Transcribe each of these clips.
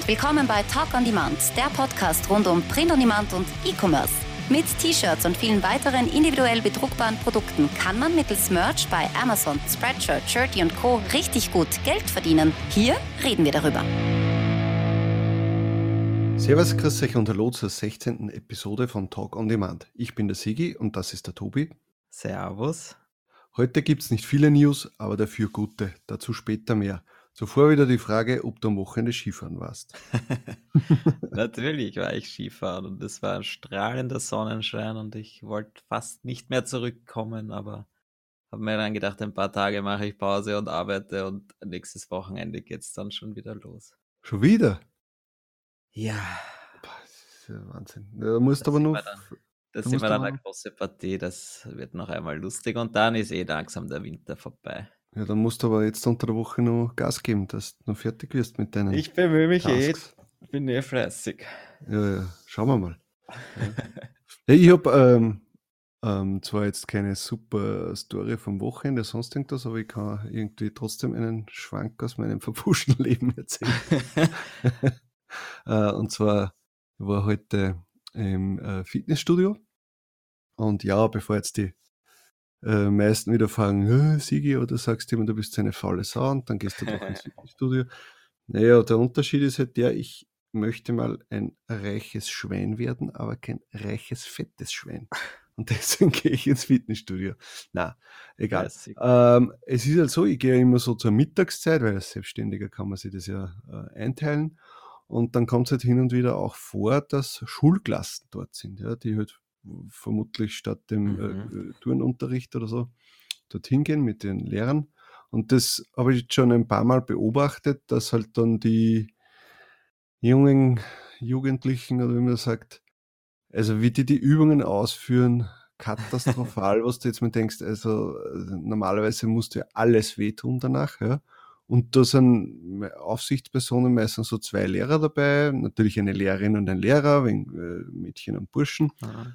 Willkommen bei Talk on Demand, der Podcast rund um Print on Demand und E-Commerce. Mit T-Shirts und vielen weiteren individuell bedruckbaren Produkten kann man mittels Merch bei Amazon, Spreadshirt, Shirty und Co. richtig gut Geld verdienen. Hier reden wir darüber. Servus, grüß euch und hallo zur 16. Episode von Talk on Demand. Ich bin der Sigi und das ist der Tobi. Servus. Heute gibt es nicht viele News, aber dafür gute. Dazu später mehr. Zuvor wieder die Frage, ob du am Wochenende Skifahren warst. Natürlich war ich Skifahren und es war ein strahlender Sonnenschein und ich wollte fast nicht mehr zurückkommen, aber habe mir dann gedacht, ein paar Tage mache ich Pause und arbeite und nächstes Wochenende geht es dann schon wieder los. Schon wieder? Ja. Das ist ja Wahnsinn. Da musst aber nur... Das ist immer dann eine große Partie, das wird noch einmal lustig und dann ist langsam der Winter vorbei. Ja, dann musst du aber jetzt unter der Woche noch Gas geben, dass du noch fertig wirst mit deinen Ich bemühe mich Tasks. Bin fleißig. Ja, schauen wir mal. Ja, ich habe zwar jetzt keine super Story vom Wochenende, sonst irgendwas, aber ich kann irgendwie trotzdem einen Schwank aus meinem verpfuschten Leben erzählen. Und zwar war heute im Fitnessstudio und ja, bevor jetzt die meisten wieder fragen, Sigi, oder sagst du immer, du bist so eine faule Sau und dann gehst du doch ins Fitnessstudio. Naja, der Unterschied ist halt der, ich möchte mal ein reiches Schwein werden, aber kein reiches, fettes Schwein. Und deswegen gehe ich ins Fitnessstudio. Na, egal. Es ist halt so, ich gehe immer so zur Mittagszeit, weil als Selbstständiger kann man sich das ja einteilen. Und dann kommt es halt hin und wieder auch vor, dass Schulklassen dort sind, ja, die halt vermutlich statt dem Turnunterricht oder so dorthin gehen mit den Lehrern. Und das habe ich jetzt schon ein paar Mal beobachtet, dass halt dann die jungen Jugendlichen, oder wie man das sagt, also wie die Übungen ausführen, katastrophal, was du jetzt mal denkst, also normalerweise musst du ja alles wehtun danach, ja. Und da sind Aufsichtspersonen meistens so 2 Lehrer dabei, natürlich eine Lehrerin und ein Lehrer, wegen Mädchen und Burschen.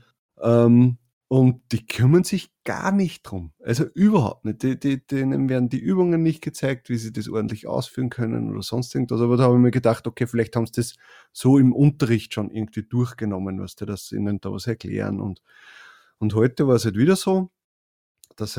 Und die kümmern sich gar nicht drum. Also überhaupt nicht. Denen werden die Übungen nicht gezeigt, wie sie das ordentlich ausführen können oder sonst irgendwas. Aber da habe ich mir gedacht, okay, vielleicht haben sie das so im Unterricht schon irgendwie durchgenommen, was die das ihnen da was erklären. Und heute war es halt wieder so, dass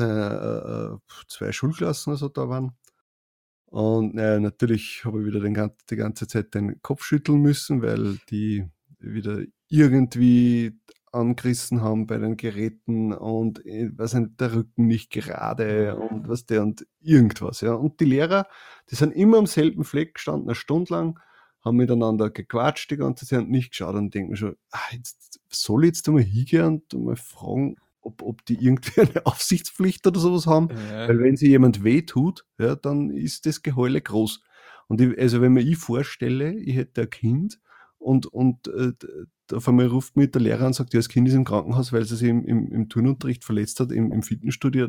2 Schulklassen also da waren. Und natürlich habe ich wieder die ganze Zeit den Kopf schütteln müssen, weil die wieder irgendwie angerissen haben bei den Geräten und was nicht, der Rücken nicht gerade und was der und irgendwas. Ja. Und die Lehrer, die sind immer am selben Fleck gestanden, eine Stunde lang, haben miteinander gequatscht die ganze Zeit und nicht geschaut und denken mir schon, jetzt soll ich jetzt einmal hingehen und mal fragen, ob die irgendwie eine Aufsichtspflicht oder sowas haben, weil wenn sich jemand wehtut, ja, dann ist das Geheule groß. Und also wenn ich vorstelle, ich hätte ein Kind und auf einmal ruft mich der Lehrer an und sagt, ja, das Kind ist im Krankenhaus, weil es sich im Turnunterricht verletzt hat, im Fitnessstudio,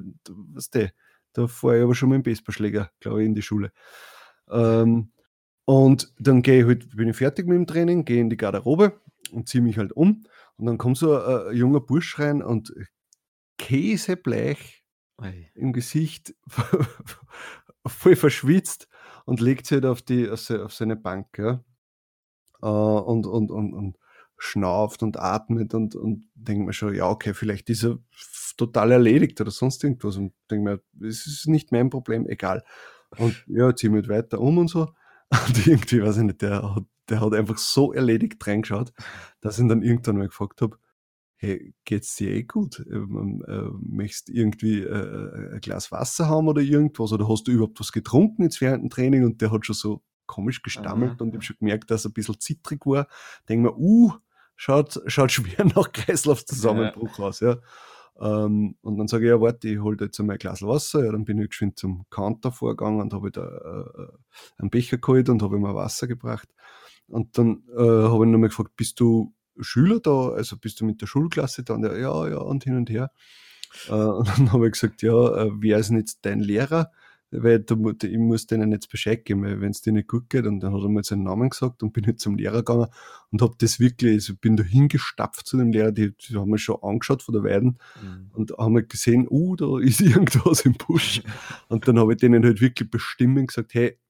da fahre ich aber schon mal im Baseballschläger, glaube ich, in die Schule. Und dann bin ich fertig mit dem Training, gehe in die Garderobe und ziehe mich halt um und dann kommt so ein junger Bursch rein und käsebleich im Gesicht, voll verschwitzt und legt sich halt auf seine Bank, ja. Und schnauft und atmet und denkt mir schon, ja, okay, vielleicht ist er total erledigt oder sonst irgendwas. Und denke mir, es ist nicht mein Problem, egal. Und ja, zieh mich halt weiter um und so. Und irgendwie, weiß ich nicht, der hat einfach so erledigt reingeschaut, dass ich ihn dann irgendwann mal gefragt habe, hey, geht's dir gut? Möchtest du irgendwie ein Glas Wasser haben oder irgendwas? Oder hast du überhaupt was getrunken jetzt während dem Training? Und der hat schon so komisch gestammelt und ich habe schon gemerkt, dass er ein bisschen zittrig war. Denke mir, schaut schwer nach Kreislaufzusammenbruch aus. Ja. Und dann sage ich, ja, warte, ich hole jetzt einmal ein Glas Wasser. Ja, dann bin ich geschwind zum Counter vorgegangen und habe da einen Becher geholt und habe ihm Wasser gebracht. Und dann habe ich nochmal gefragt, bist du Schüler da, also bist du mit der Schulklasse da? Und der, ja, und hin und her. Und dann habe ich gesagt, ja, wer ist denn jetzt dein Lehrer? Weil ich muss denen jetzt Bescheid geben, weil wenn es denen nicht gut geht, und dann hat er mal seinen Namen gesagt und bin jetzt zum Lehrer gegangen und habe das wirklich, also bin da hingestapft zu dem Lehrer, die haben mich schon angeschaut von der Weiden und haben halt gesehen, da ist irgendwas im Busch. Und dann habe ich denen halt wirklich bestimmend gesagt, hey,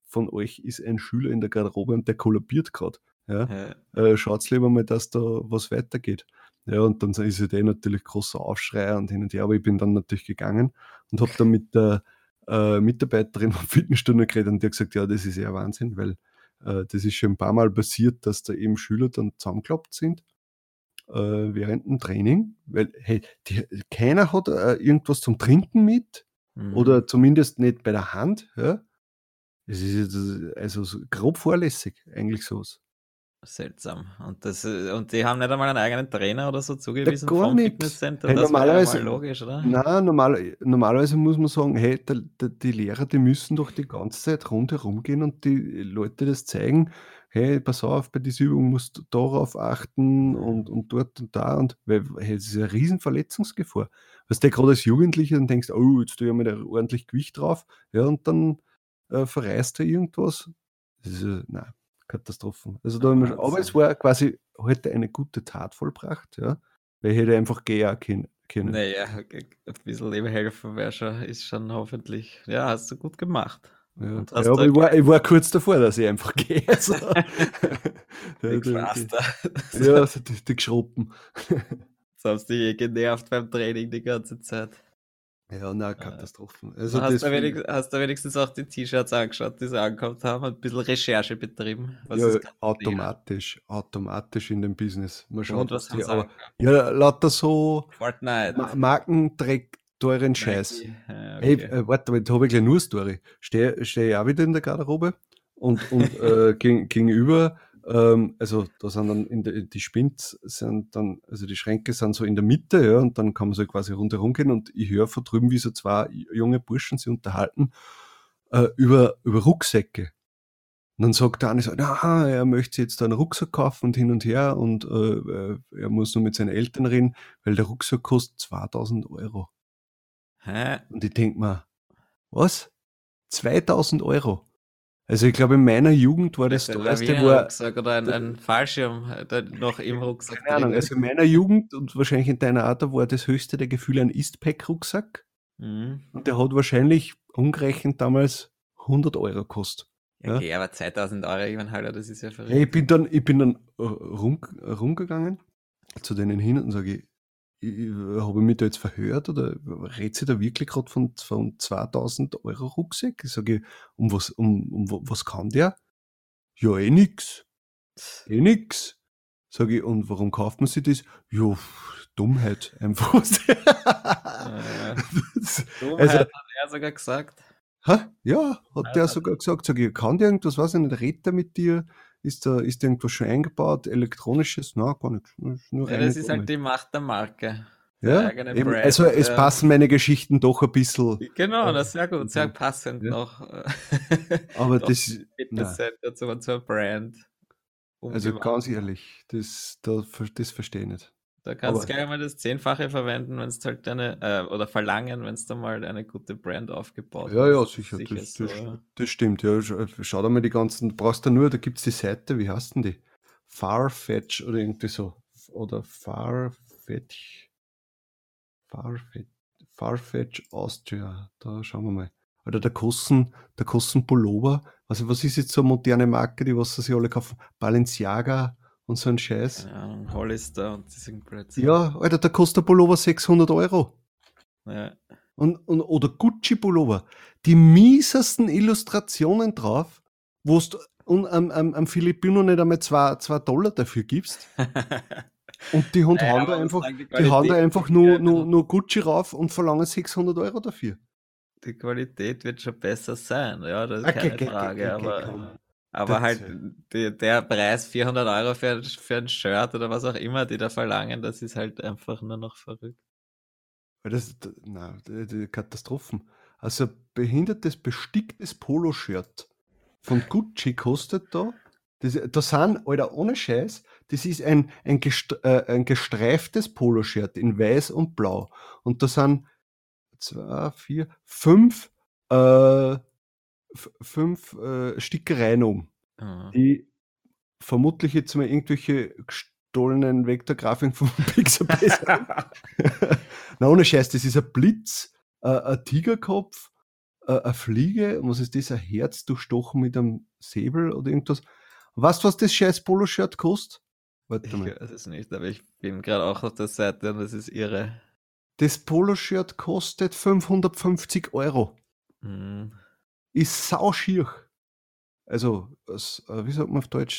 von euch ist ein Schüler in der Garderobe und der kollabiert gerade. Ja? Ja. Schaut lieber mal, dass da was weitergeht. Ja, und dann ist ja natürlich großer Aufschrei und hin und her, aber ich bin dann natürlich gegangen und habe dann mit der Mitarbeiterin vom Fitnessstudio geredet und die hat gesagt, ja, das ist eher Wahnsinn, weil das ist schon ein paar Mal passiert, dass da eben Schüler dann zusammengeklappt sind während dem Training, weil hey, keiner hat irgendwas zum Trinken mit oder zumindest nicht bei der Hand. Ja? Es ist jetzt, also so grob fahrlässig, eigentlich sowas. Seltsam. Und die haben nicht einmal einen eigenen Trainer oder so zugewiesen gar vom nicht. Fitnesscenter. Hey, Das wäre ja normalerweise- mal logisch, oder? Nein, normalerweise muss man sagen, hey, die Lehrer, die müssen doch die ganze Zeit rundherum gehen und die Leute das zeigen, hey, pass auf, bei dieser Übung musst du darauf achten und dort und da und weil hey, es ist eine riesen Verletzungsgefahr. Weißt du, gerade als Jugendlicher dann denkst, oh, jetzt tue ich mal da ordentlich Gewicht drauf, ja, und dann verreißt du irgendwas. Das ist nein, Katastrophen. Also da aber Wahnsinn. es war quasi heute eine gute Tat vollbracht, ja, weil ich hätte einfach gehen können. Naja, ein bisschen dem helfen ist schon hoffentlich. Ja, hast du gut gemacht. Ja, Und ja hast aber du ich war kurz davor, dass ich einfach gehe. Also, die Pflaster. ja, also die Geschruppen. Jetzt hast du dich eh genervt beim Training die ganze Zeit. Ja, nein, Katastrophen. Also hast, das du wenigstens auch die T-Shirts angeschaut, die sie angehabt haben, und ein bisschen Recherche betrieben? Was ja, ist gerade automatisch in dem Business. Man Und schaut, was haben die, sie aber angehabt? ja, lauter so Fortnite. Marken trägt teuren Scheiß. Nike. Ja, Hey, okay. warte, jetzt habe ich gleich nur eine Story. Steh ich auch wieder in der Garderobe und gegenüber, also da sind dann die Spints sind dann, also die Schränke sind so in der Mitte, ja, und dann kann man so quasi rundherum gehen und ich höre von drüben, wie so zwei junge Burschen sich unterhalten über Rucksäcke. Und dann sagt der eine so, na, er möchte jetzt einen Rucksack kaufen und hin und her und er muss nur mit seinen Eltern reden, weil der Rucksack kostet 2000 Euro. Hä? Und ich denke mir, was? 2000 Euro? Also ich glaube, in meiner Jugend war das Ein teuerste, Lawinenrucksack oder ein Fallschirm der noch im Rucksack keine Ahnung, drin ist. also in meiner Jugend und wahrscheinlich in deiner Art, da war das höchste der Gefühle ein Eastpak-Rucksack Mhm. und der hat wahrscheinlich umgerechnet damals 100 Euro gekostet. Ja, okay, aber 2000 Euro, ich meine, Alter, das ist ja verrückt. Ja, ich bin dann rumgegangen zu denen hin und sage, habe ich mich da jetzt verhört oder redet sie da wirklich gerade von 2000 Euro Rucksack? Ich sage, was kann der? Ja, nix. Nix. Sage ich, und warum kauft man sich das? Ja, Dummheit einfach. Dummheit Also, hat er sogar gesagt. ja, hat der sogar gesagt, sag ich, kann der irgendwas, weiß ich nicht, redet der mit dir? Ist da irgendwas schon eingebaut? Elektronisches? Nein, gar nichts. Nur Ja, das ist halt die Macht der Marke. ja, eigene eben, Brand, also es passen meine Geschichten doch ein bisschen. Genau, das ist sehr gut, sehr Ja. passend Ja. noch. Aber Doch, das, nein, Fitnesscenter zur Brand. also umgewandelt. ganz ehrlich, das verstehe ich nicht. Da kannst du aber- gleich mal das 10-fache verwenden, wenn es halt oder verlangen, wenn es da mal eine gute Brand aufgebaut Ja, hast. ja, sicher, das stimmt. Ja, schau dir mal die ganzen, du brauchst da nur, da gibt es die Seite, wie heißt denn die? Farfetch oder irgendwie so. Oder Farfetch Austria, da schauen wir mal. Oder der Kossen Pullover, also was ist jetzt so eine moderne Marke, die was sie alle kaufen? Balenciaga und so ein Scheiß. Keine Ahnung, Hollister und diesen Blödsinn. Ja, Alter, da kostet der Pullover 600 Euro. Ja. Oder Gucci-Pullover. Die miesesten Illustrationen drauf, wo du am Filipino nicht einmal 2 $2 dafür gibst. Und die hauen Naja, da man muss einfach, sagen, die die hauen da Qualität einfach ist ja ein bisschen- nur Gucci rauf und verlangen 600 Euro dafür. Die Qualität wird schon besser sein, ja, das ist Okay, keine Frage, komm. aber Das- halt der Preis 400 Euro für ein Shirt oder was auch immer, die da verlangen, das ist halt einfach nur noch verrückt. Weil die Katastrophen. Also ein behindertes, besticktes Poloshirt von Gucci kostet da sind, Alter, ohne Scheiß, das ist ein gestreiftes Poloshirt in weiß und blau. Und da sind 2, 4, 5 Stickereien um, Ja. die vermutlich jetzt mal irgendwelche gestohlenen Vektorgrafiken von Pixabay sind. Na, ohne Scheiß, das ist ein Blitz, ein Tigerkopf, eine Fliege, was ist das, ein Herz durchstochen mit einem Säbel oder irgendwas. Weißt du, was das scheiß Poloshirt kostet? Warte Ich mal. weiß es nicht, aber ich bin gerade auch auf der Seite und das ist irre. Das Poloshirt kostet 550 €. Hm, Ist sauschier. Also, wie sagt man auf Deutsch?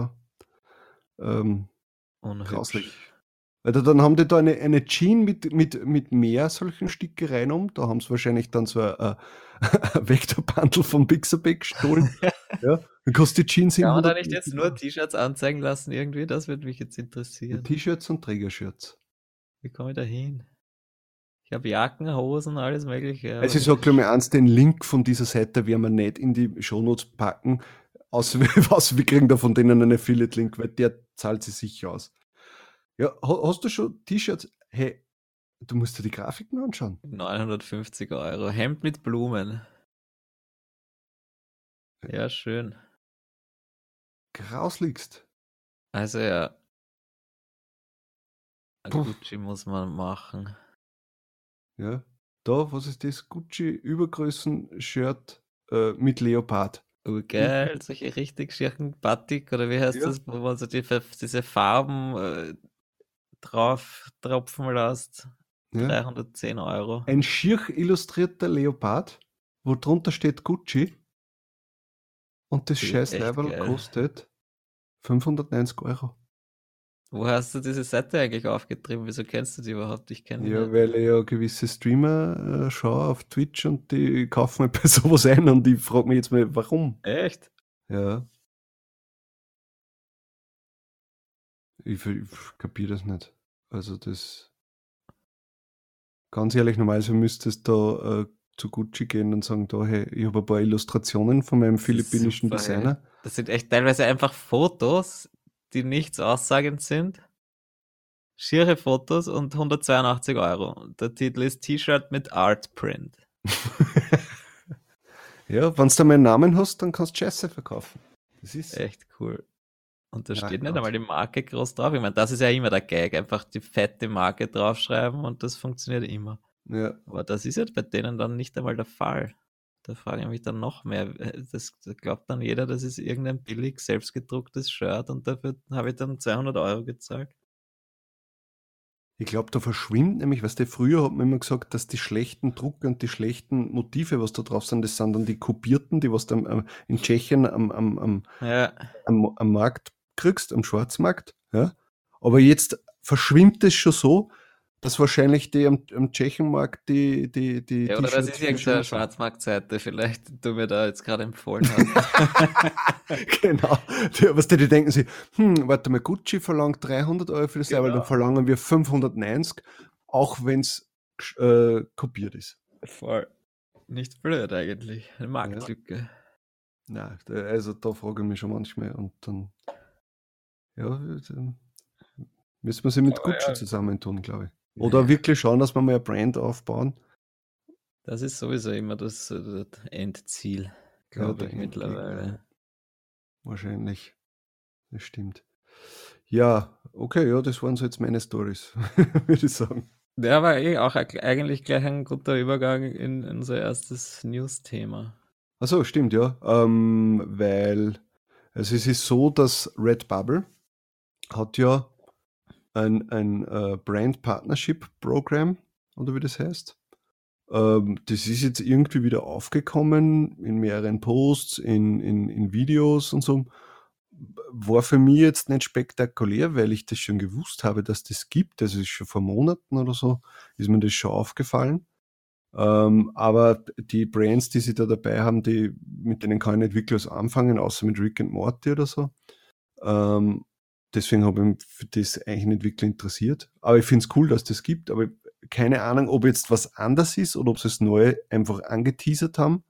Ähm, grauslich. unhübsch. Weil dann haben die da eine Jeans mit mehr solchen Stickereien um. Da haben sie wahrscheinlich dann so ein Vector-Bundle vom Pixabay gestohlen. Ja, dann kostet die Jeans Kann man da 700 nicht jetzt nur T-Shirts anzeigen lassen irgendwie? Das würde mich jetzt interessieren. T-Shirts und Trägershirts. Wie komme ich da hin? Ich habe Jacken, Hosen, alles mögliche. Also ich aber sage gleich mal eins, den Link von dieser Seite werden wir nicht in die Shownotes packen, außer wir kriegen da von denen einen Affiliate-Link, weil der zahlt sich sicher aus. Ja, hast du schon T-Shirts? Hey, du musst dir die Grafiken anschauen. 950 €. Hemd mit Blumen. Ja, schön. Grauslichst. Also ja, Puh. Gucci muss man machen. Ja, da, was ist das? Gucci Übergrößen-Shirt mit Leopard. Oh, geil, solche richtig schicken Batik oder wie heißt Ja. das, wo man so diese Farben drauf tropfen lässt. Ja. 310 €. Ein schier illustrierter Leopard, wo drunter steht Gucci und das Das ist scheiß echt Leiberl geil. kostet 590 €. Wo hast du diese Seite eigentlich aufgetrieben? Wieso kennst du die überhaupt? Ich kenne die Ja, nicht. weil ich ja gewisse Streamer schaue auf Twitch und die kaufen mir bei sowas ein und ich frage mich jetzt mal, warum? Echt? Ja. Ich kapiere das nicht. Also das, ganz ehrlich, normalerweise müsstest du da zu Gucci gehen und sagen, da, hey, ich habe ein paar Illustrationen von meinem Das ist philippinischen super, hey. Designer. Das sind echt teilweise einfach Fotos, die nichts aussagend sind. Schiere Fotos und 182 €. Der Titel ist T-Shirt mit Artprint. Ja, wenn du da meinen Namen hast, dann kannst du Scheiße verkaufen. Das ist Echt cool. Und da Ja, steht nicht Gott. einmal die Marke groß drauf. Ich meine, das ist ja immer der Gag. Einfach die fette Marke draufschreiben und das funktioniert immer. Ja. Aber das ist jetzt bei denen dann nicht einmal der Fall. Da frage ich mich dann noch mehr. Das glaubt dann jeder, das ist irgendein billig selbstgedrucktes Shirt und dafür habe ich dann 200 € gezahlt. Ich glaube, da verschwimmt nämlich, weißt du, früher hat man immer gesagt, dass die schlechten Drucke und die schlechten Motive, was da drauf sind, das sind dann die kopierten, die was du in Tschechien Ja, am Markt kriegst, am Schwarzmarkt. Ja? Aber jetzt verschwimmt es schon so, dass wahrscheinlich die am Tschechenmarkt die ja, oder das T-Shirts ist viel irgendeine schöner sind. Schwarzmarktseite, vielleicht, die du mir da jetzt gerade empfohlen hast. Genau. Die denken sich, warte mal, Gucci verlangt 300 € für das Level, Genau. dann verlangen wir 590, auch wenn es kopiert ist. Voll. Nicht blöd eigentlich. Eine Marktlücke. Nein, also da frage ich mich schon manchmal und dann, ja, dann müssen wir sie mit Aber Gucci ja. zusammentun, glaube ich. Oder Ja. wirklich schauen, dass wir mal eine Brand aufbauen. Das ist sowieso immer das Endziel, glaube ich, der Endgegner, mittlerweile. ja. Wahrscheinlich. Das stimmt. Ja, okay, ja, das waren so jetzt meine Stories, würde ich sagen. Der war auch eigentlich gleich ein guter Übergang in unser erstes News-Thema. Achso, stimmt, ja. Weil, also es ist so, dass Redbubble hat ja ein Brand Partnership Program, oder wie das heißt. Das ist jetzt irgendwie wieder aufgekommen in mehreren Posts, in Videos und so. War für mich jetzt nicht spektakulär, weil ich das schon gewusst habe, dass das gibt. Das ist schon vor Monaten oder so, ist mir das schon aufgefallen. Aber die Brands, die sie da dabei haben, mit denen kann ich nicht wirklich was anfangen, außer mit Rick and Morty oder so. Deswegen habe ich mich für das eigentlich nicht wirklich interessiert. Aber ich finde es cool, dass das gibt. Aber keine Ahnung, ob jetzt was anders ist oder ob sie das Neue einfach angeteasert haben.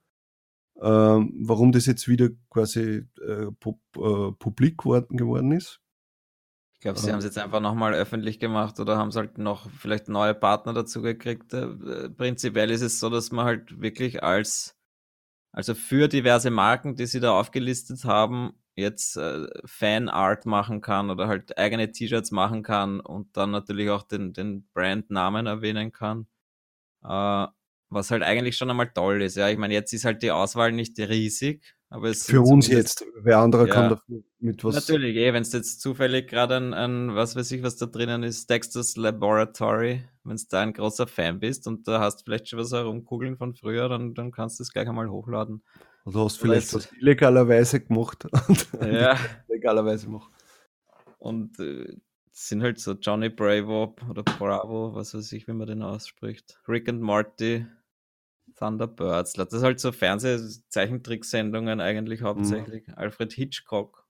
Warum das jetzt wieder quasi publik geworden ist. Ich glaube, sie haben es jetzt einfach nochmal öffentlich gemacht oder haben es halt noch vielleicht neue Partner dazu gekriegt. Prinzipiell ist es so, dass man halt wirklich also für diverse Marken, die sie da aufgelistet haben, jetzt Fanart machen kann oder halt eigene T-Shirts machen kann und dann natürlich auch den Brandnamen erwähnen kann. Was halt eigentlich schon einmal toll ist. Ja, ich meine, jetzt ist halt die Auswahl nicht riesig, aber es Für sind uns zumindest, jetzt. Wer anderer kann ja, dafür mit was. natürlich, wenn es jetzt zufällig gerade ein, was weiß ich, was da drinnen ist, Dexter's Laboratory, wenn du da ein großer Fan bist und da hast vielleicht schon was herumkugeln von früher, dann kannst du es gleich einmal hochladen. Oder hast Oder vielleicht ist, was illegalerweise gemacht und ja, legalerweise machen. und es sind halt so Johnny Bravo oder Bravo, was weiß ich, wie man den ausspricht. Rick and Morty, Thunderbirds. Das ist halt so Fernseh-Zeichentricksendungen eigentlich hauptsächlich. Alfred Hitchcock.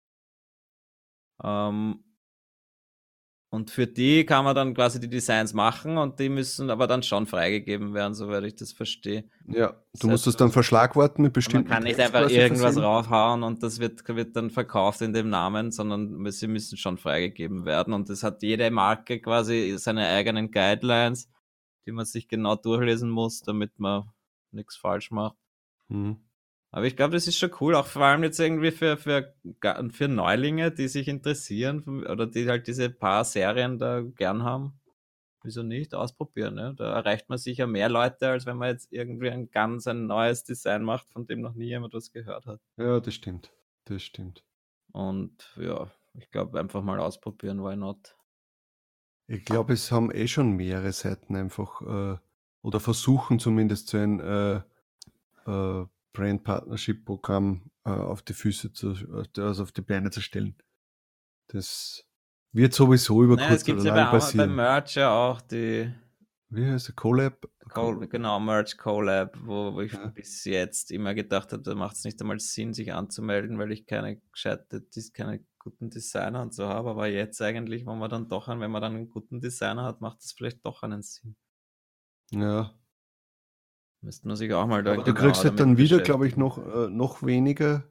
Und für die kann man dann quasi die Designs machen und die müssen aber dann schon freigegeben werden, soweit ich das verstehe. Ja, Das du musst heißt, das dann verschlagworten mit man bestimmten kann nicht Tags einfach quasi irgendwas versehen. raufhauen und das wird dann verkauft in dem Namen, sondern sie müssen schon freigegeben werden. Und es hat jede Marke quasi seine eigenen Guidelines, die man sich genau durchlesen muss, damit man nichts falsch macht. Mhm. Aber ich glaube, das ist schon cool, auch vor allem jetzt irgendwie für Neulinge, die sich interessieren oder die halt diese paar Serien da gern haben. Wieso nicht? Ausprobieren, ne? Da erreicht man sicher mehr Leute, als wenn man jetzt irgendwie ein neues Design macht, von dem noch nie jemand was gehört hat. Ja, das stimmt. Das stimmt. Und ja, ich glaube, einfach mal ausprobieren, why not? Ich glaube, es haben schon mehrere Seiten einfach oder versuchen zumindest so ein Brand Partnership Programm auf die Füße also auf die Beine zu stellen. Das wird sowieso über Naja, es kurz gibt oder ja lang bei passieren. Merch ja auch die Wie heißt der Collab? genau, Merch Collab, wo ich Ja. bis jetzt immer gedacht habe, da macht es nicht einmal Sinn, sich anzumelden, weil ich keine guten Designer und so habe. Aber jetzt eigentlich, wenn man dann einen guten Designer hat, macht es vielleicht doch einen Sinn. Ja. Müsste man sich auch mal da Aber du genauer kriegst halt damit dann wieder, glaube ich, beschäftigen. noch weniger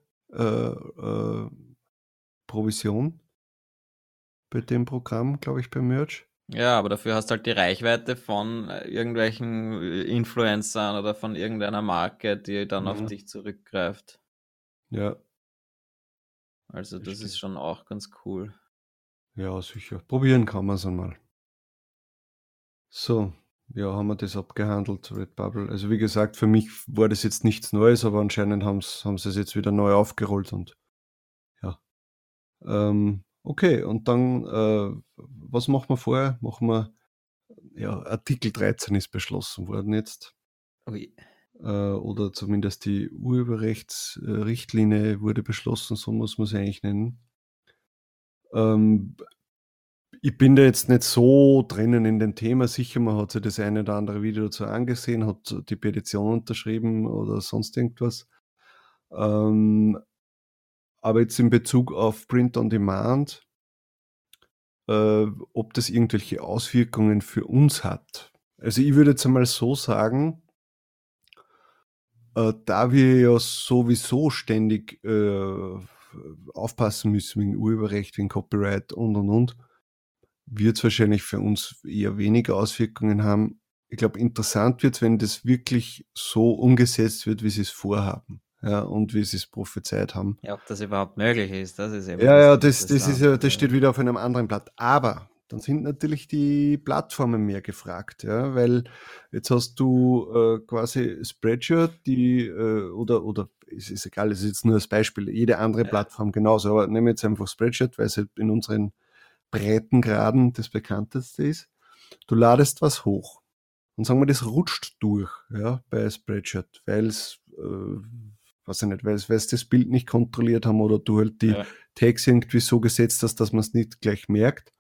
Provision bei dem Programm, glaube ich, bei Merch. Ja, aber dafür hast du halt die Reichweite von irgendwelchen Influencern oder von irgendeiner Marke, die dann auf Mhm. dich zurückgreift. Ja, Also das das ist stimmt. schon auch ganz cool. Ja, sicher. Probieren kann man es einmal. So, ja, haben wir das abgehandelt, Redbubble. Also wie gesagt, für mich war das jetzt nichts Neues, aber anscheinend haben sie es jetzt wieder neu aufgerollt und ja. Okay, und dann, was machen wir vorher? Ja, Artikel 13 ist beschlossen worden jetzt. Ui. Oder zumindest die Urheberrechtsrichtlinie wurde beschlossen, so muss man sie eigentlich nennen. Ich bin da jetzt nicht so drinnen in dem Thema. Sicher, man hat sich das eine oder andere Video dazu angesehen, hat die Petition unterschrieben oder sonst irgendwas. Aber jetzt in Bezug auf Print on Demand, ob das irgendwelche Auswirkungen für uns hat. Also ich würde jetzt einmal so sagen, da wir ja sowieso ständig aufpassen müssen wegen Urheberrecht, wegen Copyright und, wird es wahrscheinlich für uns eher weniger Auswirkungen haben. Ich glaube, interessant wird es, wenn das wirklich so umgesetzt wird, wie sie es vorhaben, ja, und wie sie es prophezeit haben. Ja, ob das überhaupt möglich ist, das ist eben Ja, das das ist ja, das Interessante. steht wieder auf einem anderen Blatt. Aber dann sind natürlich die Plattformen mehr gefragt, ja, weil jetzt hast du quasi Spreadshirt, oder es ist egal, es ist jetzt nur das Beispiel, jede andere Plattform genauso, aber nehmen wir jetzt einfach Spreadshirt, weil es halt in unseren Breitengraden das bekannteste ist. Du ladest was hoch und sagen wir, das rutscht durch, ja, bei Spreadshirt, weil es, weiß ich nicht, weil es das Bild nicht kontrolliert haben oder du halt die Tags irgendwie so gesetzt hast, dass man es nicht gleich merkt.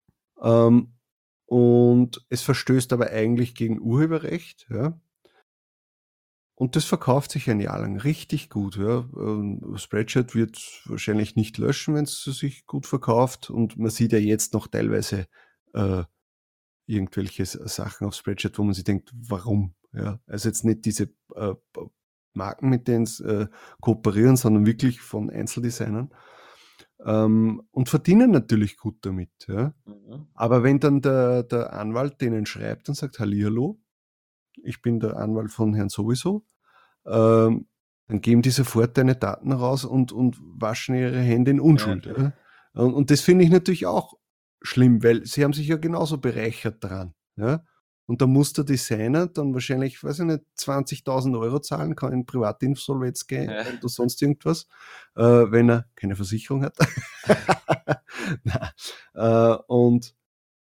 Und es verstößt aber eigentlich gegen Urheberrecht, ja. Und das verkauft sich ein Jahr lang richtig gut. Ja. Spreadshirt wird wahrscheinlich nicht löschen, wenn es sich gut verkauft. Und man sieht ja jetzt noch teilweise irgendwelche Sachen auf Spreadshirt, wo man sich denkt, warum? Ja. Also jetzt nicht diese Marken, mit denen es kooperieren, sondern wirklich von Einzeldesignern. Und verdienen natürlich gut damit. Ja. Mhm. Aber wenn dann der Anwalt denen schreibt und sagt, Hallihallo, ich bin der Anwalt von Herrn sowieso, dann geben die sofort deine Daten raus und waschen ihre Hände in Unschuld. Ja. Und das finde ich natürlich auch schlimm, weil sie haben sich ja genauso bereichert daran. Ja. Und da muss der Designer dann wahrscheinlich, weiß ich nicht, 20.000 Euro zahlen, kann in Privatinsolvenz gehen oder sonst irgendwas, wenn er keine Versicherung hat. Und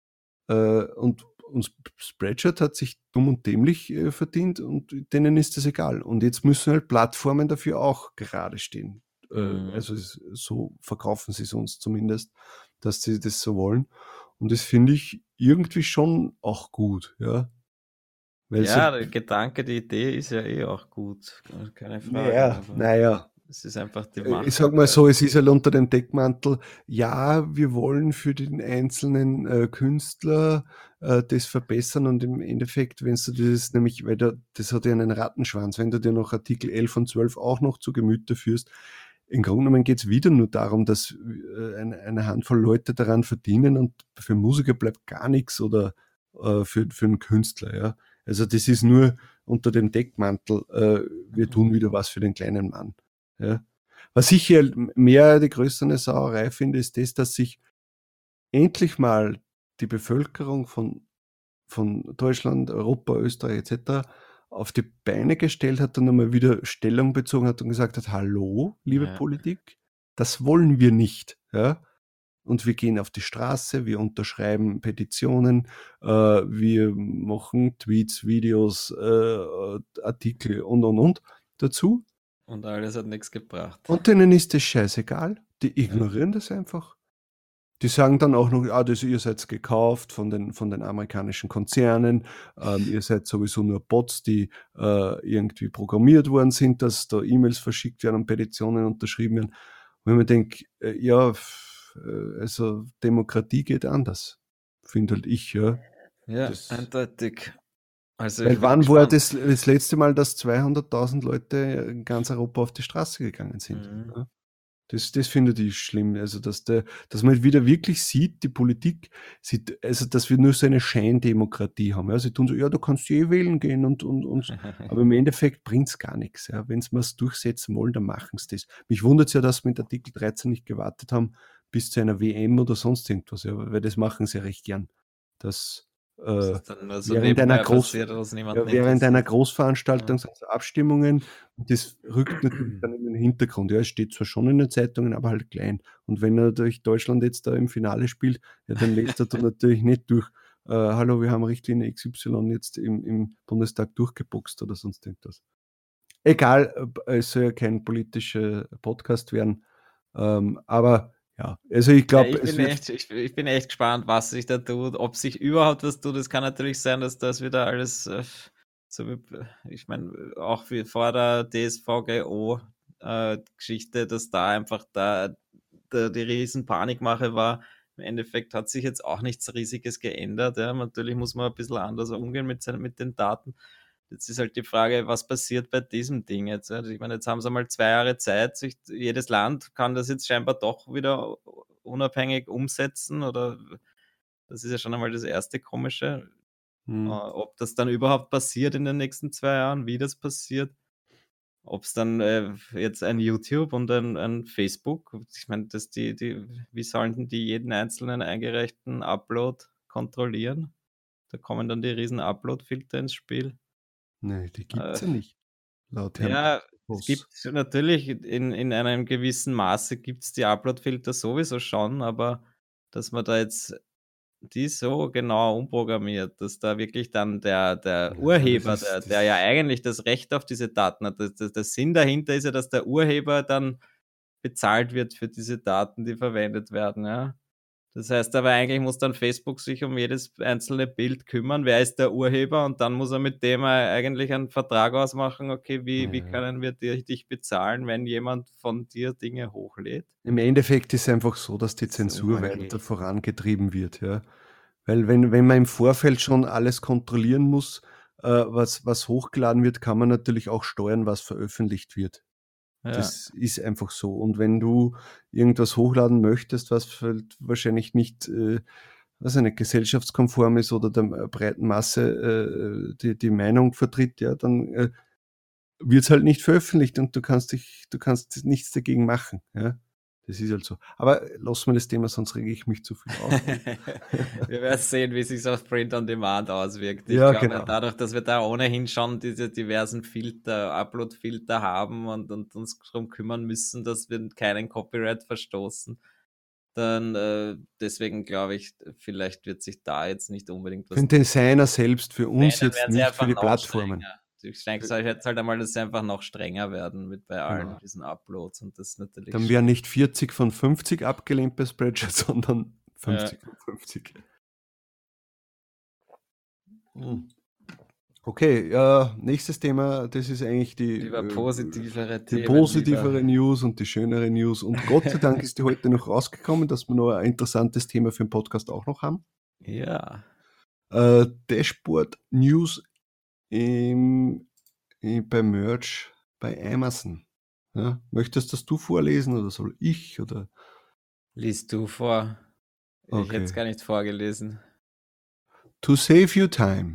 Spreadshirt hat sich dumm und dämlich verdient und denen ist das egal. Und jetzt müssen halt Plattformen dafür auch gerade stehen. Also so verkaufen sie es uns zumindest, dass sie das so wollen. Und das finde ich irgendwie schon auch gut, ja. Weil Ja, der Gedanke, die Idee ist ja eh auch gut, keine Frage. naja. Es ist einfach die Ich sag mal Machbarkeit. so, es ist halt unter dem Deckmantel, ja, wir wollen für den einzelnen Künstler das verbessern und im Endeffekt, wenn du das nämlich, weil das hat ja einen Rattenschwanz, wenn du dir noch Artikel 11 und 12 auch noch zu Gemüte führst, im Grunde genommen geht es wieder nur darum, dass eine Handvoll Leute daran verdienen und für Musiker bleibt gar nichts oder für einen Künstler, ja. Also das ist nur unter dem Deckmantel, wir tun wieder was für den kleinen Mann. Ja. Was ich hier mehr die größere Sauerei finde, ist das, dass sich endlich mal die Bevölkerung von Deutschland, Europa, Österreich etc. auf die Beine gestellt hat und einmal wieder Stellung bezogen hat und gesagt hat, hallo, liebe Politik, das wollen wir nicht. Ja? Und wir gehen auf die Straße, wir unterschreiben Petitionen, wir machen Tweets, Videos, Artikel und dazu. Und alles hat nichts gebracht. Und denen ist das scheißegal. Die ignorieren das einfach. Die sagen dann auch noch, ihr seid gekauft von den amerikanischen Konzernen, ihr seid sowieso nur Bots, die irgendwie programmiert worden sind, dass da E-Mails verschickt werden und Petitionen unterschrieben werden. Und man denkt, also Demokratie geht anders, finde halt ich, ja. Ja, eindeutig. Also Weil wann war das letzte Mal, dass 200.000 Leute in ganz Europa auf die Straße gegangen sind? Ja? Das finde ich schlimm. Also, dass man wieder wirklich sieht, die Politik sieht, also, dass wir nur so eine Scheindemokratie haben. Ja, sie tun so, ja, du kannst eh wählen gehen aber im Endeffekt bringt es gar nichts. Ja. Wenn sie es durchsetzen wollen, dann machen sie das. Mich wundert es ja, dass wir mit Artikel 13 nicht gewartet haben bis zu einer WM oder sonst irgendwas, ja, weil das machen sie ja recht gern. Das ist dann nur so während während einer Großveranstaltung sind so Abstimmungen und das rückt natürlich dann in den Hintergrund. Ja, es steht zwar schon in den Zeitungen, aber halt klein. Und wenn natürlich Deutschland jetzt da im Finale spielt, ja, dann lest er da natürlich nicht durch, hallo, wir haben Richtlinie XY jetzt im Bundestag durchgeboxt oder sonst irgendwas. Egal, es soll ja kein politischer Podcast werden, aber ja, also ich glaube, ich bin echt gespannt, was sich da tut, ob sich überhaupt was tut. Es kann natürlich sein, dass das wieder alles, so wie, ich meine, auch wie vor der DSVGO-Geschichte, dass da einfach die riesen Panikmache war. Im Endeffekt hat sich jetzt auch nichts Riesiges geändert. Ja. Natürlich muss man ein bisschen anders umgehen mit den Daten. Jetzt ist halt die Frage, was passiert bei diesem Ding jetzt? Also ich meine, jetzt haben sie mal 2 Jahre Zeit. Jedes Land kann das jetzt scheinbar doch wieder unabhängig umsetzen. Oder das ist ja schon einmal das erste Komische. Ob das dann überhaupt passiert in den nächsten 2 Jahren, wie das passiert. Ob es dann jetzt ein YouTube und ein Facebook, ich meine, wie sollen denn die jeden einzelnen eingereichten Upload kontrollieren? Da kommen dann die riesen Upload-Filter ins Spiel. Nee, die gibt es ja nicht. Laut Herrn Ja, es gibt natürlich in einem gewissen Maße gibt's die Upload-Filter sowieso schon, aber dass man da jetzt die so genau umprogrammiert, dass da wirklich dann der Urheber, der ja eigentlich das Recht auf diese Daten hat, der Sinn dahinter ist ja, dass der Urheber dann bezahlt wird für diese Daten, die verwendet werden, ja. Das heißt aber eigentlich muss dann Facebook sich um jedes einzelne Bild kümmern. Wer ist der Urheber? Und dann muss er mit dem eigentlich einen Vertrag ausmachen, okay, wie können wir dich bezahlen, wenn jemand von dir Dinge hochlädt? Im Endeffekt ist es einfach so, dass die Zensur weiter vorangetrieben wird, ja. Weil wenn man im Vorfeld schon alles kontrollieren muss, was hochgeladen wird, kann man natürlich auch steuern, was veröffentlicht wird. Ja. Das ist einfach so. Und wenn du irgendwas hochladen möchtest, was wahrscheinlich nicht, gesellschaftskonform ist oder der breiten Masse die Meinung vertritt, ja, dann wird es halt nicht veröffentlicht und du kannst nichts dagegen machen. Ja. Das ist halt so. Aber lassen wir das Thema, sonst rege ich mich zu viel auf. Wir werden sehen, wie sich auf Print on Demand auswirkt. Ich Ja, glaube, genau. dadurch, dass wir da ohnehin schon diese diversen Filter, Upload-Filter haben und uns darum kümmern müssen, dass wir keinen Copyright verstoßen, dann deswegen glaube ich, vielleicht wird sich da jetzt nicht unbedingt Für was. den Designer selbst, für uns Dann jetzt werden sie nicht, einfach für die noch Plattformen. strenger. Ich denke, es jetzt halt einmal, dass sie einfach noch strenger werden mit bei allen Genau. diesen Uploads und das ist natürlich. Dann wären nicht 40 von 50 abgelehnt bei Spreadshirt, sondern 50 von 50. Okay, nächstes Thema, das ist eigentlich die positivere News und die schönere News. Und Gott sei Dank ist die heute noch rausgekommen, dass wir noch ein interessantes Thema für den Podcast auch noch haben. Ja. Dashboard News bei Merch bei Amazon. Ja, möchtest das du vorlesen oder soll ich? Oder? Liest du vor. Okay. Ich hätte es gar nicht vorgelesen. To save you time.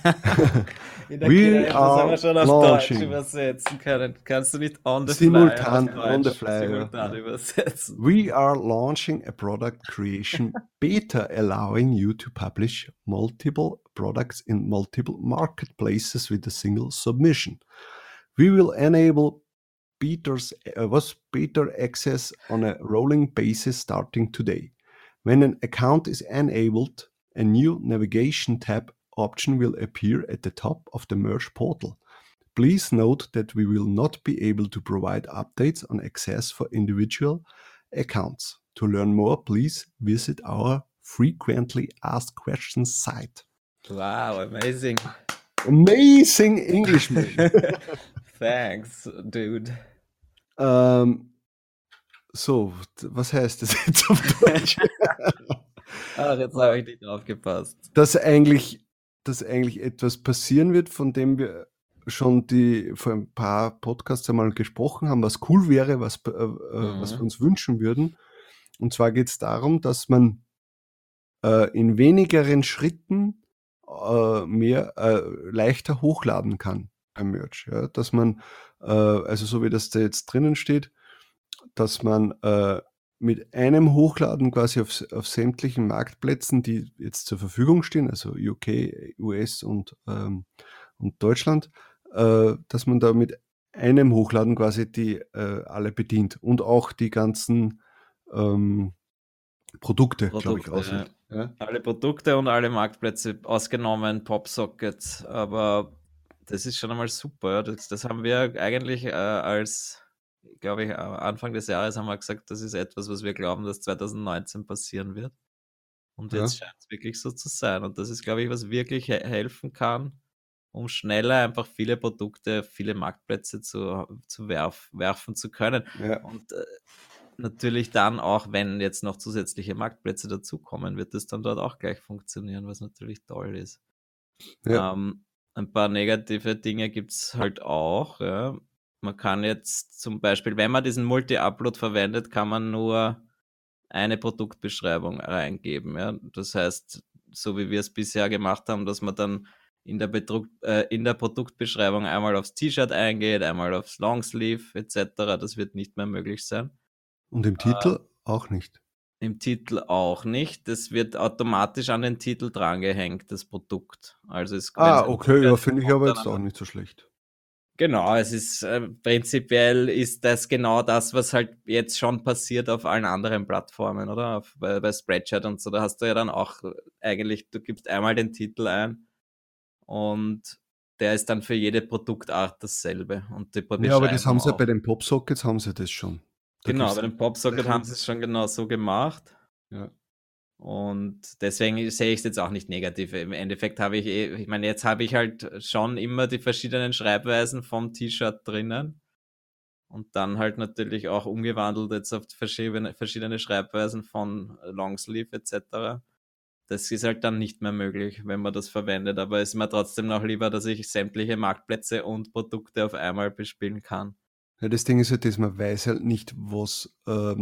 We are schon auf launching. Deutsch übersetzen können. Kannst du nicht on the simultan fly übersetzen? We are launching a product creation beta allowing you to publish multiple products in multiple marketplaces with a single submission. We will enable beta access on a rolling basis starting today. When an account is enabled, a new navigation tab option will appear at the top of the Merch portal. Please note that we will not be able to provide updates on access for individual accounts. To learn more, please visit our frequently asked questions site. Wow, amazing. Amazing English, man. Thanks, dude. So, was heißt das jetzt auf Deutsch? Ach, jetzt habe ich nicht aufgepasst. Dass eigentlich etwas passieren wird, von dem wir schon vor ein paar Podcasts einmal gesprochen haben, was cool wäre, was wir uns wünschen würden. Und zwar geht es darum, dass man in wenigeren Schritten leichter hochladen kann beim Merch. Ja? Dass man, also so wie das da jetzt drinnen steht, dass man mit einem Hochladen quasi auf sämtlichen Marktplätzen, die jetzt zur Verfügung stehen, also UK, US und Deutschland, dass man da mit einem Hochladen quasi die alle bedient und auch die ganzen Produkte, glaube ich, auswählt. Ja. Alle Produkte und alle Marktplätze ausgenommen, Popsockets, aber das ist schon einmal super. Das haben wir eigentlich glaube ich, Anfang des Jahres haben wir gesagt, das ist etwas, was wir glauben, dass 2019 passieren wird. Und jetzt scheint es wirklich so zu sein. Und das ist, glaube ich, was wirklich helfen kann, um schneller einfach viele Produkte, viele Marktplätze zu werfen zu können. Ja. Und natürlich dann auch, wenn jetzt noch zusätzliche Marktplätze dazukommen, wird das dann dort auch gleich funktionieren, was natürlich toll ist. Ja. Ein paar negative Dinge gibt es halt auch, ja. Man kann jetzt zum Beispiel, wenn man diesen Multi-Upload verwendet, kann man nur eine Produktbeschreibung reingeben. Ja? Das heißt, so wie wir es bisher gemacht haben, dass man dann in der Produktbeschreibung einmal aufs T-Shirt eingeht, einmal aufs Longsleeve etc. Das wird nicht mehr möglich sein. Und im Titel auch nicht? Im Titel auch nicht. Das wird automatisch an den Titel drangehängt, das Produkt. Also okay, ja, finde ich aber jetzt auch nicht so schlecht. Genau, es ist prinzipiell ist das genau das, was halt jetzt schon passiert auf allen anderen Plattformen, oder? Bei Spreadshirt und so, da hast du ja dann auch eigentlich, du gibst einmal den Titel ein und der ist dann für jede Produktart dasselbe. Und die ja, aber das haben sie ja bei den Popsockets haben sie das schon. Genau, bei dem Popsocket haben sie es schon genau so gemacht. Ja. Und deswegen sehe ich es jetzt auch nicht negativ. Im Endeffekt habe ich meine, jetzt habe ich halt schon immer die verschiedenen Schreibweisen vom T-Shirt drinnen und dann halt natürlich auch umgewandelt jetzt auf verschiedene Schreibweisen von Longsleeve etc. Das ist halt dann nicht mehr möglich, wenn man das verwendet, aber es ist mir trotzdem noch lieber, dass ich sämtliche Marktplätze und Produkte auf einmal bespielen kann. Ja, das Ding ist halt, dass man weiß halt nicht, was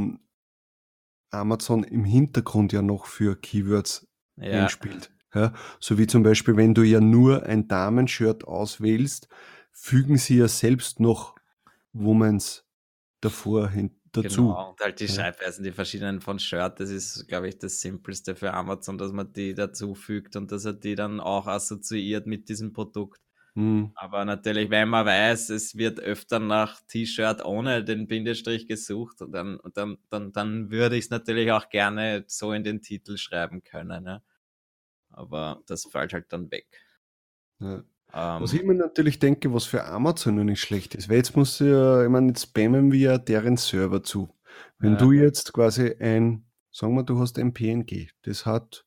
Amazon im Hintergrund ja noch für Keywords einspielt. Ja, so wie zum Beispiel, wenn du ja nur ein Damenshirt auswählst, fügen sie ja selbst noch Womans davor dazu. Genau, und halt die Ja. Schreibweisen, die verschiedenen von Shirt, das ist, glaube ich, das Simpelste für Amazon, dass man die dazufügt und dass er die dann auch assoziiert mit diesem Produkt. Hm. Aber natürlich, wenn man weiß, es wird öfter nach T-Shirt ohne den Bindestrich gesucht, dann würde ich es natürlich auch gerne so in den Titel schreiben können. Ja. Aber das fällt halt dann weg. Ja. Was ich Ähm, mir natürlich denke, was für Amazon noch nicht schlecht ist, weil jetzt muss ja, ich meine, jetzt spammen wir ja deren Server zu. Wenn äh, du jetzt quasi sagen wir, du hast ein PNG, das hat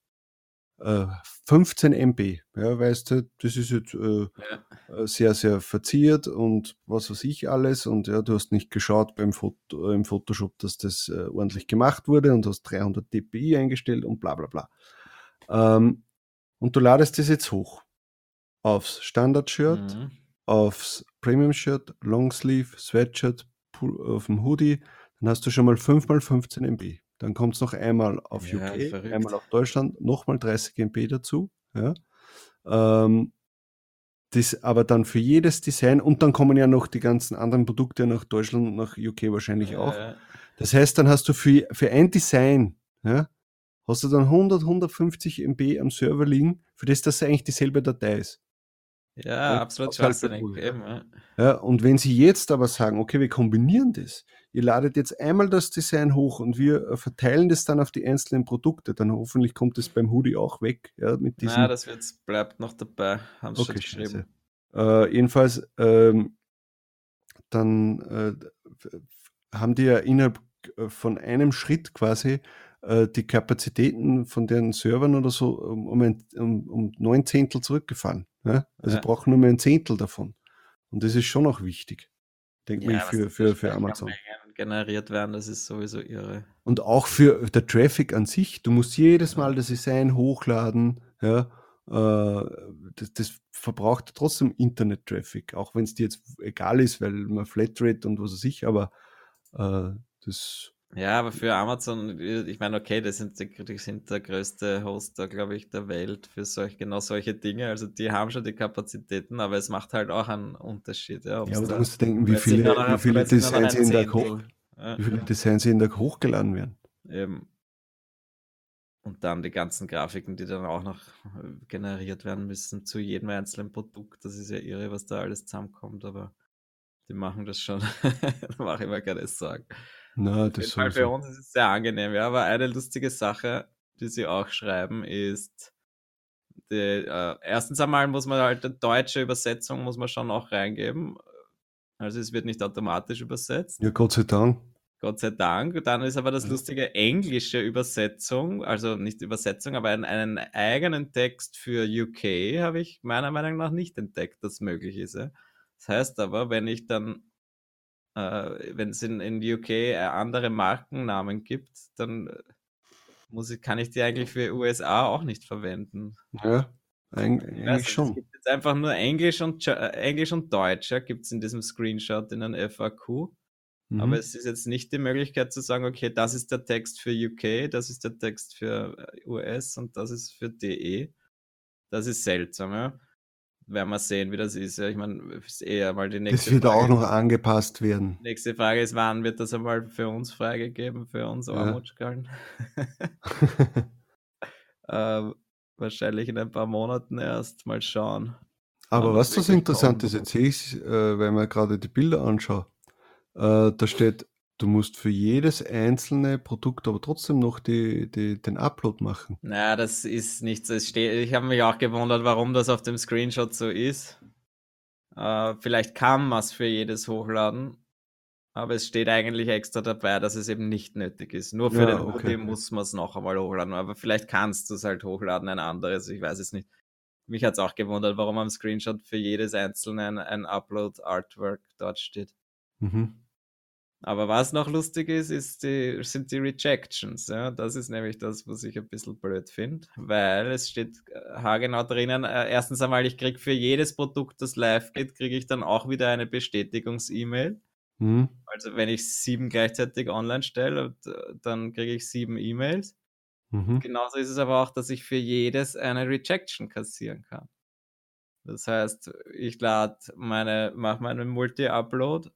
15 MB, ja, weißt du, das ist jetzt ja, sehr, sehr verziert und was weiß ich alles und ja, du hast nicht geschaut im Photoshop, dass das ordentlich gemacht wurde und hast 300 dpi eingestellt und bla bla bla. Und du ladest das jetzt hoch aufs Standard-Shirt, mhm. aufs Premium-Shirt, Longsleeve, Sweatshirt, auf dem Hoodie, dann hast du schon mal 5 mal 15 MB. Dann kommt es noch einmal auf Ja, UK, einmal verrückt. auf Deutschland, nochmal 30 MB dazu. Ja. Ähm, das aber dann für jedes Design und dann kommen ja noch die ganzen anderen Produkte nach Deutschland und nach UK wahrscheinlich auch. Äh, Das heißt, dann hast du für ein Design, ja, hast du dann 100, 150 MB am Server liegen, für das eigentlich dieselbe Datei ist. Ja, ja, absolut schwachsinnig. Auswahlberufe, ja. Eben, ja. Ja, und wenn Sie jetzt aber sagen, okay, wir kombinieren das, ihr ladet jetzt einmal das Design hoch und wir verteilen das dann auf die einzelnen Produkte, dann hoffentlich kommt es beim Hoodie auch weg, ja, mit Na, diesem, das bleibt noch dabei, haben sie schon okay, scheiße. geschrieben. Jedenfalls, dann haben die ja innerhalb von einem Schritt quasi die Kapazitäten von den Servern oder so um 9 Zehntel zurückgefahren. Ja? Also Ja. brauchen nur mehr ein Zehntel davon. Und das ist schon auch wichtig, denke ich, Ja, was da für Amazon. Speichermengen generiert werden, das ist sowieso irre. Und auch für der Traffic an sich. Du musst jedes Ja. Mal das Design hochladen. Ja? Das verbraucht trotzdem Internet-Traffic, auch wenn es dir jetzt egal ist, weil man Flatrate und was weiß ich, aber das. Ja, aber für Amazon, ich meine, okay, die sind der größte Hoster, glaube ich, der Welt für genau solche Dinge. Also die haben schon die Kapazitäten, aber es macht halt auch einen Unterschied, ja, Ja, ob's aber du da, musst denken, weil es sind nur wie noch, viele weil es sind nur noch Designs ein jeden Tag Zehntel. Ja, wie viele Designs jeden Tag hochgeladen werden. eben. Und dann die ganzen Grafiken, die dann auch noch generiert werden müssen zu jedem einzelnen Produkt. Das ist ja irre, was da alles zusammenkommt, aber die machen das schon. Da mache ich mir keine Sorgen. Na, Auf das jeden Fall für sowieso. uns ist es sehr angenehm. Ja, aber eine lustige Sache, die sie auch schreiben, ist, erstens einmal muss man halt eine deutsche Übersetzung muss man schon auch reingeben. Also es wird nicht automatisch übersetzt. Ja, Gott sei Dank. Gott sei Dank. Dann ist aber das Ja. lustige englische Übersetzung, also nicht Übersetzung, aber einen eigenen Text für UK habe ich meiner Meinung nach nicht entdeckt, dass möglich ist. Ja. Das heißt aber, wenn ich dann, wenn es in UK andere Markennamen gibt, dann kann ich die eigentlich für USA auch nicht verwenden. Ja, Ich weiß eigentlich nicht, es schon. gibt jetzt einfach nur Englisch und Deutsch, ja, gibt es in diesem Screenshot in einem FAQ. Aber Mhm. es ist jetzt nicht die Möglichkeit zu sagen, okay, das ist der Text für UK, das ist der Text für US und das ist für DE. Das ist seltsam, ja. Werden wir sehen, wie das ist. Ja, ich meine, ist eher mal die Das nächste wird auch Frage. noch angepasst werden. Nächste Frage ist, wann wird das einmal für uns freigegeben, für uns Ja. Armutschgallen? Wahrscheinlich in ein paar Monaten erst mal schauen, wann Aber das was das wirklich interessant kommt. ist, jetzt sehe ich, wenn man gerade die Bilder anschaut, da steht, du musst für jedes einzelne Produkt aber trotzdem noch den Upload machen. Naja, das ist nichts. Ich habe mich auch gewundert, warum das auf dem Screenshot so ist. Vielleicht kann man es für jedes hochladen, aber es steht eigentlich extra dabei, dass es eben nicht nötig ist. Nur für Ja, den okay. Hoodie muss man es noch einmal hochladen, aber vielleicht kannst du es halt hochladen, ein anderes, ich weiß es nicht. Mich hat es auch gewundert, warum am Screenshot für jedes einzelne ein Upload-Artwork dort steht. Mhm. Aber was noch lustig ist, sind die Rejections. Ja? Das ist nämlich das, was ich ein bisschen blöd finde, weil es steht haargenau drinnen, erstens einmal, ich kriege für jedes Produkt, das live geht, kriege ich dann auch wieder eine Bestätigungs-E-Mail. Mhm. Also wenn ich 7 gleichzeitig online stelle, dann kriege ich 7 E-Mails. Mhm. Genauso ist es aber auch, dass ich für jedes eine Rejection kassieren kann. Das heißt, ich mache meinen Multi-Upload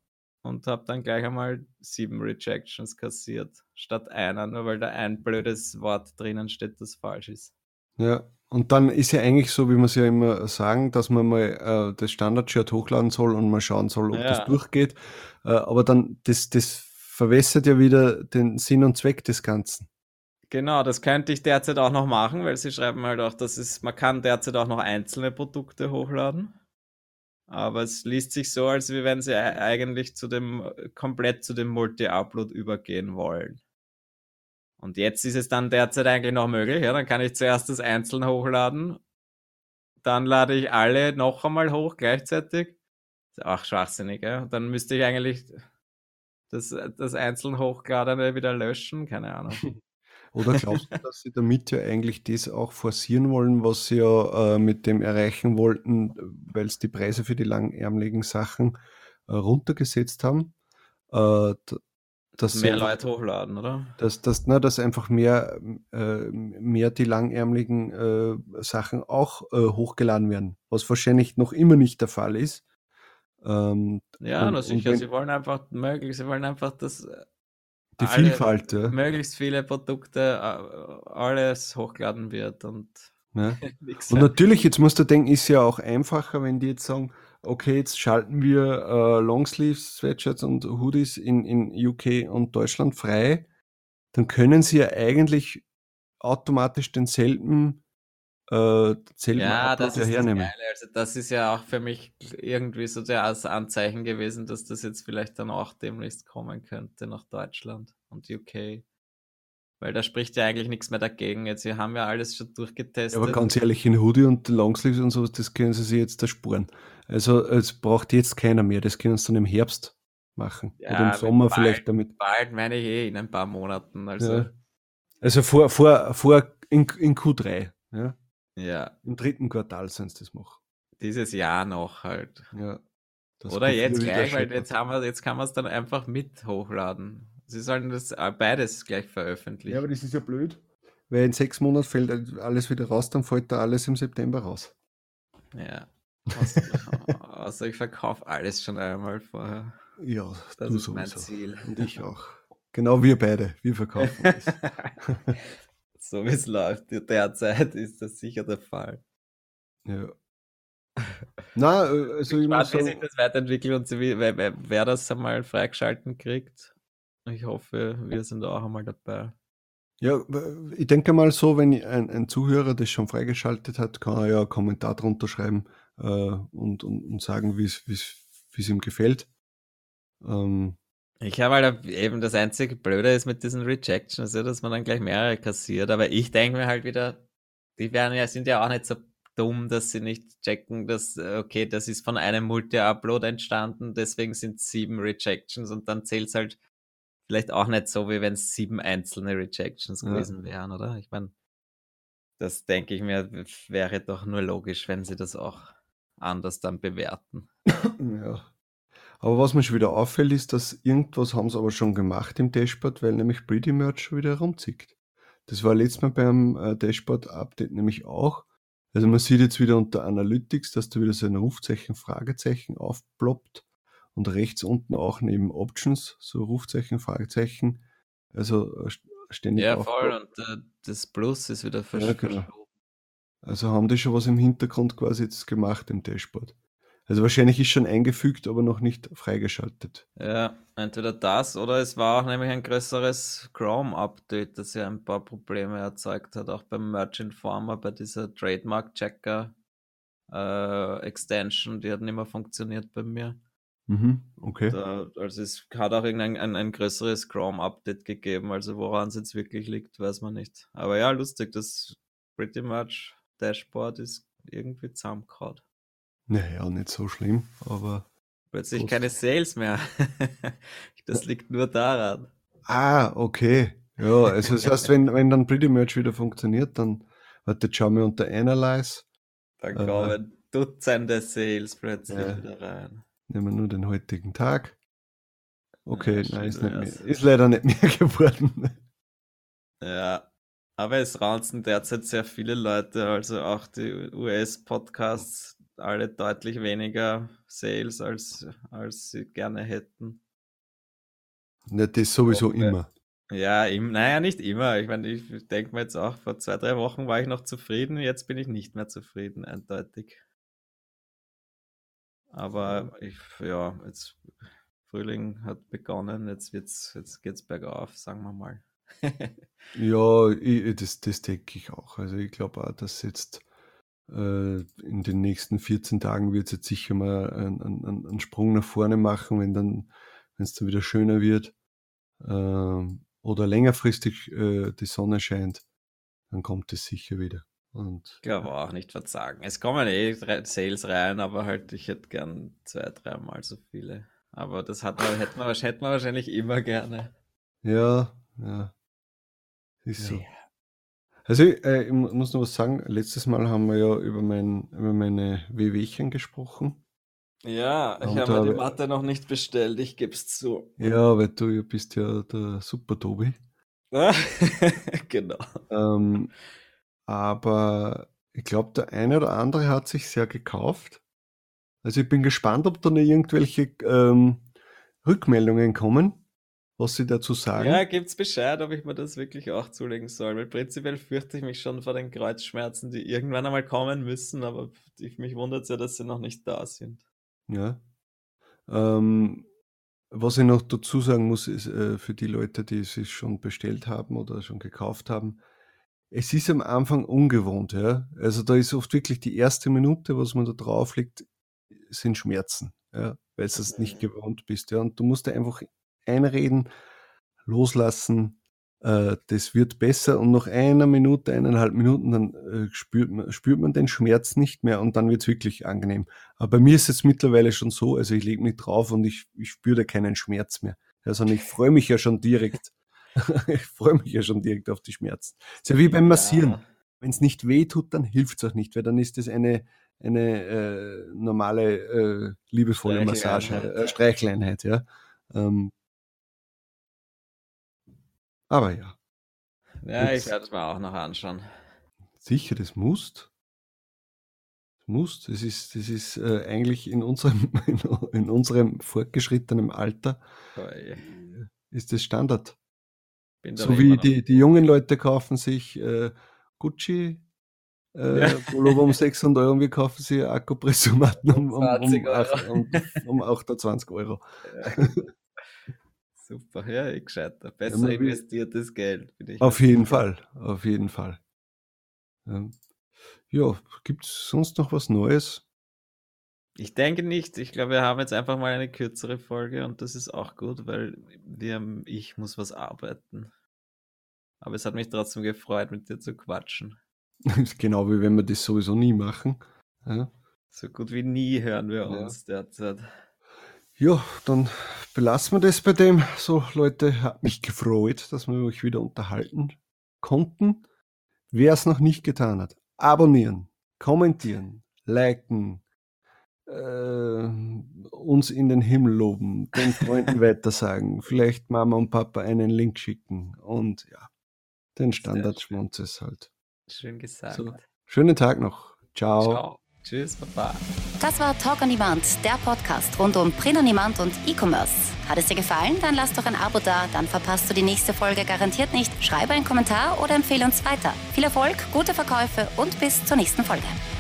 und habe dann gleich einmal 7 Rejections kassiert, statt einer, nur weil da ein blödes Wort drinnen steht, das falsch ist. Ja, und dann ist ja eigentlich so, wie wir es ja immer sagen, dass man mal das Standard-Shirt hochladen soll und mal schauen soll, ob das Ja, durchgeht. Aber dann, das verwässert ja wieder den Sinn und Zweck des Ganzen. genau, das könnte ich derzeit auch noch machen, weil sie schreiben halt auch, man kann derzeit auch noch einzelne Produkte hochladen. Aber es liest sich so, als wie wenn sie eigentlich komplett zu dem Multi-Upload übergehen wollen. Und jetzt ist es dann derzeit eigentlich noch möglich, ja, dann kann ich zuerst das einzeln hochladen, dann lade ich alle noch einmal hoch gleichzeitig. Ist auch schwachsinnig, ja. Und dann müsste ich eigentlich das einzeln hochgeladene wieder löschen, keine Ahnung. Oder glaubst du, dass sie damit ja eigentlich das auch forcieren wollen, was sie ja mit dem erreichen wollten, weil sie die Preise für die langärmeligen Sachen runtergesetzt haben? Dass Dass sie mehr einfach, Leute hochladen, oder? dass einfach mehr die langärmeligen Sachen auch hochgeladen werden, was wahrscheinlich noch immer nicht der Fall ist. Ja, na Und sicher, wenn sie wollen einfach, dass die alle, Vielfalt, ja, möglichst viele Produkte, alles hochgeladen wird und ne? nichts Und mehr. natürlich, jetzt musst du denken, ist ja auch einfacher, wenn die jetzt sagen, okay, jetzt schalten wir Longsleeves, Sweatshirts und Hoodies in UK und Deutschland frei, dann können sie ja eigentlich automatisch selben Ja, das Upload ja ist das hernehmen. Geile. Also das ist ja auch für mich irgendwie so das Anzeichen gewesen, dass das jetzt vielleicht dann auch demnächst kommen könnte nach Deutschland und UK. Weil da spricht ja eigentlich nichts mehr dagegen. Jetzt, wir haben ja alles schon Ja, aber durchgetestet. ganz ehrlich, in Hoodie und Longsleeves und sowas, das können sie sich jetzt ersparen. Also es braucht jetzt keiner mehr, das können sie dann im Herbst machen. Oder im Ja, mit Sommer bald, vielleicht damit. bald meine ich in ein paar Monaten. Also, Ja. Also in Q3, ja. ja, Im dritten Quartal sollen sie das machen. dieses Jahr noch halt. Ja, das Oder Q4 jetzt wieder gleich, weil scheppert. jetzt kann man es dann einfach mit hochladen. Sie sollen das beides gleich Ja, aber veröffentlichen. das ist ja blöd. Weil in 6 Monaten fällt alles wieder raus, dann fällt da alles im September raus. Ja. Außer ich verkaufe alles schon einmal vorher. Ja, Das du ist mein sowieso. Ziel. Und ich auch. Genau, wir beide. Wir verkaufen alles. So wie es läuft derzeit, ist das sicher der Fall. Ja. Na, also ich muss Gespannt, wie sich sagen, das weiterentwickelt und wer das einmal freigeschalten kriegt. Ich hoffe, wir sind auch einmal dabei. ja, ich denke mal so, wenn ein Zuhörer das schon freigeschaltet hat, kann er ja einen Kommentar drunter schreiben und sagen, wie es ihm gefällt. Ich habe halt eben das einzige Blöde ist mit diesen Rejections, ja, dass man dann gleich mehrere kassiert. Aber ich denke mir halt wieder, sind ja auch nicht so dumm, dass sie nicht checken, dass, okay, das ist von einem Multi-Upload entstanden, deswegen sind 7 Rejections und dann zählt es halt vielleicht auch nicht so, wie wenn es 7 einzelne Rejections Ja. gewesen wären, oder? Ich meine, das denke ich mir, wäre doch nur logisch, wenn sie das auch anders dann bewerten. Ja. Aber was mir schon wieder auffällt, ist, dass irgendwas haben sie aber schon gemacht im Dashboard, weil nämlich Pretty Merch schon wieder rumzickt. Das war letztes Mal beim Dashboard-Update nämlich auch. Also man sieht jetzt wieder unter Analytics, dass da wieder so ein Rufzeichen, Fragezeichen aufploppt und rechts unten auch neben Options so Rufzeichen, Fragezeichen, also ständig Ja, voll. aufploppt. Und das Plus ist wieder Ja, genau. verschoben. Also haben die schon was im Hintergrund quasi jetzt gemacht im Dashboard. Also wahrscheinlich ist schon eingefügt, aber noch nicht freigeschaltet. Ja, entweder das oder es war auch nämlich ein größeres Chrome-Update, das ja ein paar Probleme erzeugt hat, auch beim Merge Informer, bei dieser Trademark-Checker Extension, die hat nicht mehr funktioniert bei mir. Mhm, okay. Also es hat auch ein größeres Chrome-Update gegeben, also woran es jetzt wirklich liegt, weiß man nicht. Aber ja, lustig, das Pretty Much Dashboard ist irgendwie zusammengehauen. Naja, nicht so schlimm, aber Plötzlich trotzdem. keine Sales mehr. Das liegt nur daran. Ah, okay. Ja, also das heißt, wenn dann Pretty Merch wieder funktioniert, dann, warte, jetzt schauen wir unter Analyze. Dann Äh, kommen Dutzende Sales plötzlich ja, wieder rein. nehmen wir nur den heutigen Tag. Okay, Ja, nein, schön ist, nicht mehr, wär's. ist leider nicht mehr geworden. Ja, aber es ranzen derzeit sehr viele Leute, also auch die US-Podcasts, alle deutlich weniger Sales, als sie gerne hätten. Ja, das sowieso immer. Ja, naja, nicht immer. Ich meine, ich denke mir jetzt auch, vor 2-3 Wochen war ich noch zufrieden, jetzt bin ich nicht mehr zufrieden, eindeutig. Aber jetzt Frühling hat begonnen, jetzt geht's bergauf, sagen wir mal. Ja, das denke ich auch. Also ich glaube auch, dass jetzt in den nächsten 14 Tagen wird es jetzt sicher mal einen Sprung nach vorne machen, wenn es dann wieder schöner wird oder längerfristig die Sonne scheint, dann kommt es sicher wieder. Und Ich glaube auch nicht verzagen. Es kommen Sales rein, aber halt, ich hätte gern 2-3 Mal so viele. Aber das hätte man wahrscheinlich immer gerne. ja, ist so. Also ich muss noch was sagen, letztes Mal haben wir ja über meine Wehwehchen gesprochen. Ja, ich Und habe mir die Matte noch nicht bestellt, ich gebe es zu. Ja, weil du bist ja der Super Tobi. Genau. Aber ich glaube, der eine oder andere hat sich sehr gekauft. Also ich bin gespannt, ob da noch irgendwelche Rückmeldungen kommen, was sie dazu sagen. Ja, gibt's Bescheid, ob ich mir das wirklich auch zulegen soll, weil prinzipiell fürchte ich mich schon vor den Kreuzschmerzen, die irgendwann einmal kommen müssen, aber mich wundert es ja, dass sie noch nicht da sind. Ja. Was ich noch dazu sagen muss, ist für die Leute, die es schon bestellt haben oder schon gekauft haben, es ist am Anfang ungewohnt. Ja? Also da ist oft wirklich die erste Minute, was man da drauf legt, sind Schmerzen, ja? Weil du es nicht gewohnt bist. Ja? Und du musst dir einfach einreden, loslassen, das wird besser und nach einer Minute, 1,5 Minuten, dann spürt man den Schmerz nicht mehr und dann wird es wirklich angenehm. Aber bei mir ist es mittlerweile schon so, also ich lege mich drauf und ich spüre da keinen Schmerz mehr. Also ich freue mich ja schon direkt. Ich freue mich ja schon direkt auf die Schmerzen. Ist ja wie beim Massieren. Ja. Wenn es nicht weh tut, dann hilft es auch nicht, weil dann ist das eine normale, liebevolle Massage, Streicheleinheit, ja. Aber ja. Ja, ich werde es mir auch noch anschauen. Sicher, das musst. Das ist eigentlich in unserem fortgeschrittenen Alter ist das Standard. So wie die jungen Leute kaufen sich Gucci Pullover um 600 Euro und wir kaufen sie Akupressurmatten um 28 Euro. Ja. Super, ja, gescheiter. Besser investiertes Geld. Auf jeden Fall. Ja, gibt es sonst noch was Neues? Ich denke nicht. Ich glaube, wir haben jetzt einfach mal eine kürzere Folge und das ist auch gut, weil ich muss was arbeiten. Aber es hat mich trotzdem gefreut, mit dir zu quatschen. Genau wie wenn wir das sowieso nie machen. Ja. So gut wie nie hören wir uns derzeit. Ja, dann belassen wir das bei dem. So, Leute, hat mich gefreut, dass wir euch wieder unterhalten konnten. Wer es noch nicht getan hat, abonnieren, kommentieren, liken, uns in den Himmel loben, den Freunden weitersagen, vielleicht Mama und Papa einen Link schicken und ja, den Standardschmonzes halt. Schön gesagt. So, schönen Tag noch. Ciao. Ciao. Tschüss, Papa. Das war Talk on Demand, der Podcast rund um Print on Demand und E-Commerce. Hat es dir gefallen? Dann lass doch ein Abo da, dann verpasst du die nächste Folge garantiert nicht. Schreibe einen Kommentar oder empfehle uns weiter. Viel Erfolg, gute Verkäufe und bis zur nächsten Folge.